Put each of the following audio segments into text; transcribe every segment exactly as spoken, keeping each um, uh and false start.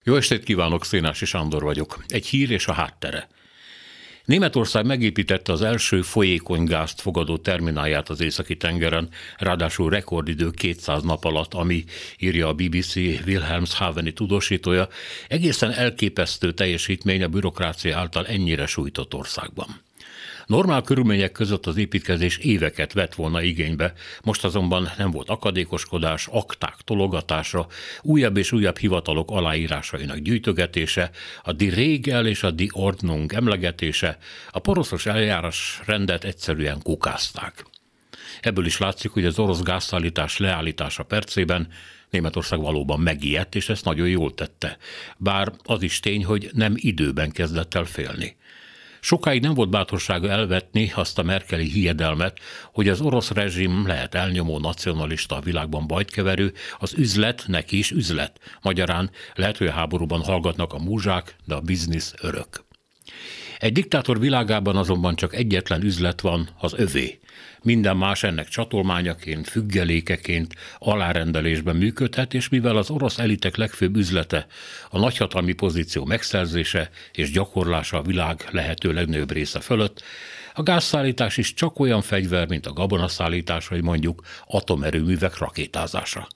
Jó estét kívánok, Szénási Sándor vagyok. Egy hír és a háttere. Németország megépítette az első folyékony gázt fogadó terminálját az Északi-tengeren, ráadásul rekordidő kétszáz nap alatt, ami, írja a bé bé cé Wilhelmshaveni tudósítója, egészen elképesztő teljesítmény a bürokrácia által ennyire sújtott országban. Normál körülmények között az építkezés éveket vett volna igénybe, most azonban nem volt akadékoskodás, akták tologatása, újabb és újabb hivatalok aláírásainak gyűjtögetése, a Die Regel és a Die Ordnung emlegetése, a poroszos eljárás rendet egyszerűen kukázták. Ebből is látszik, hogy az orosz gázszállítás leállítása percében Németország valóban megijedt, és ezt nagyon jól tette. Bár az is tény, hogy nem időben kezdett el félni. Sokáig nem volt bátorsága elvetni azt a merkeli hiedelmet, hogy az orosz rezsim lehet elnyomó, nacionalista, a világban bajtkeverő, az üzlet neki is üzlet. Magyarán lehet, hogy a háborúban hallgatnak a múzsák, de a biznisz örök. Egy diktátor világában azonban csak egyetlen üzlet van, az övé. Minden más ennek csatolmányaként, függelékeként, alárendelésben működhet, és mivel az orosz elitek legfőbb üzlete a nagyhatalmi pozíció megszerzése és gyakorlása a világ lehető legnagyobb része fölött, a gázszállítás is csak olyan fegyver, mint a gabonaszállítás, vagy mondjuk atomerőművek rakétázása.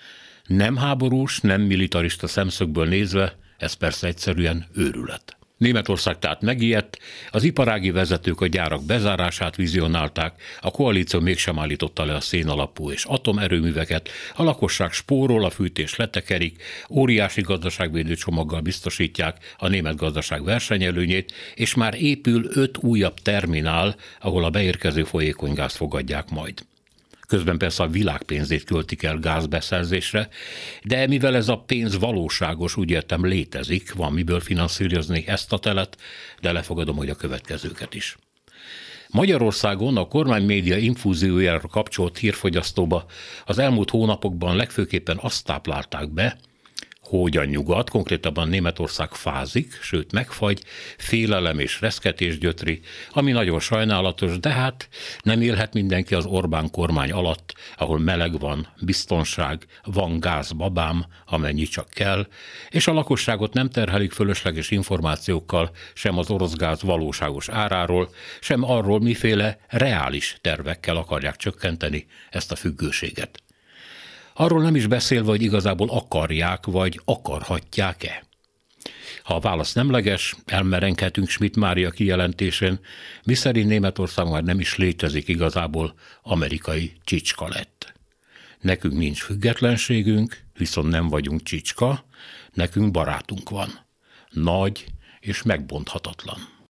Nem háborús, nem militarista szemszögből nézve, ez persze egyszerűen őrület. Németország tehát megijedt, az iparági vezetők a gyárak bezárását vizionálták, a koalíció mégsem állította le a szénalapú és atomerőműveket, a lakosság spórol, a fűtés letekerik, óriási gazdaságvédő csomaggal biztosítják a német gazdaság versenyelőnyét, és már épül öt újabb terminál, ahol a beérkező folyékony gázt fogadják majd. Közben persze a világ pénzét költik el gázbeszerzésre, de mivel ez a pénz valóságos, úgy értem létezik, van miből finanszírozni ezt a telet, de lefogadom, hogy a következőket is. Magyarországon a kormány média infúziójára kapcsolt hírfogyasztóba az elmúlt hónapokban legfőképpen azt táplálták be, hogy a nyugat, konkrétabban Németország fázik, sőt megfagy, félelem és reszketés gyötri, ami nagyon sajnálatos, de hát nem élhet mindenki az Orbán kormány alatt, ahol meleg van, biztonság, van gáz babám, amennyi csak kell, és a lakosságot nem terhelik fölösleges információkkal sem az orosz gáz valóságos áráról, sem arról, miféle reális tervekkel akarják csökkenteni ezt a függőséget. Arról nem is beszélve, hogy igazából akarják, vagy akarhatják-e. Ha a válasz nemleges, elmerenkedhetünk Schmidt Mária kijelentésén, miszerint Németország már nem is létezik igazából, amerikai csicska lett. Nekünk nincs függetlenségünk, viszont nem vagyunk csicska, nekünk barátunk van. Nagy és megbonthatatlan.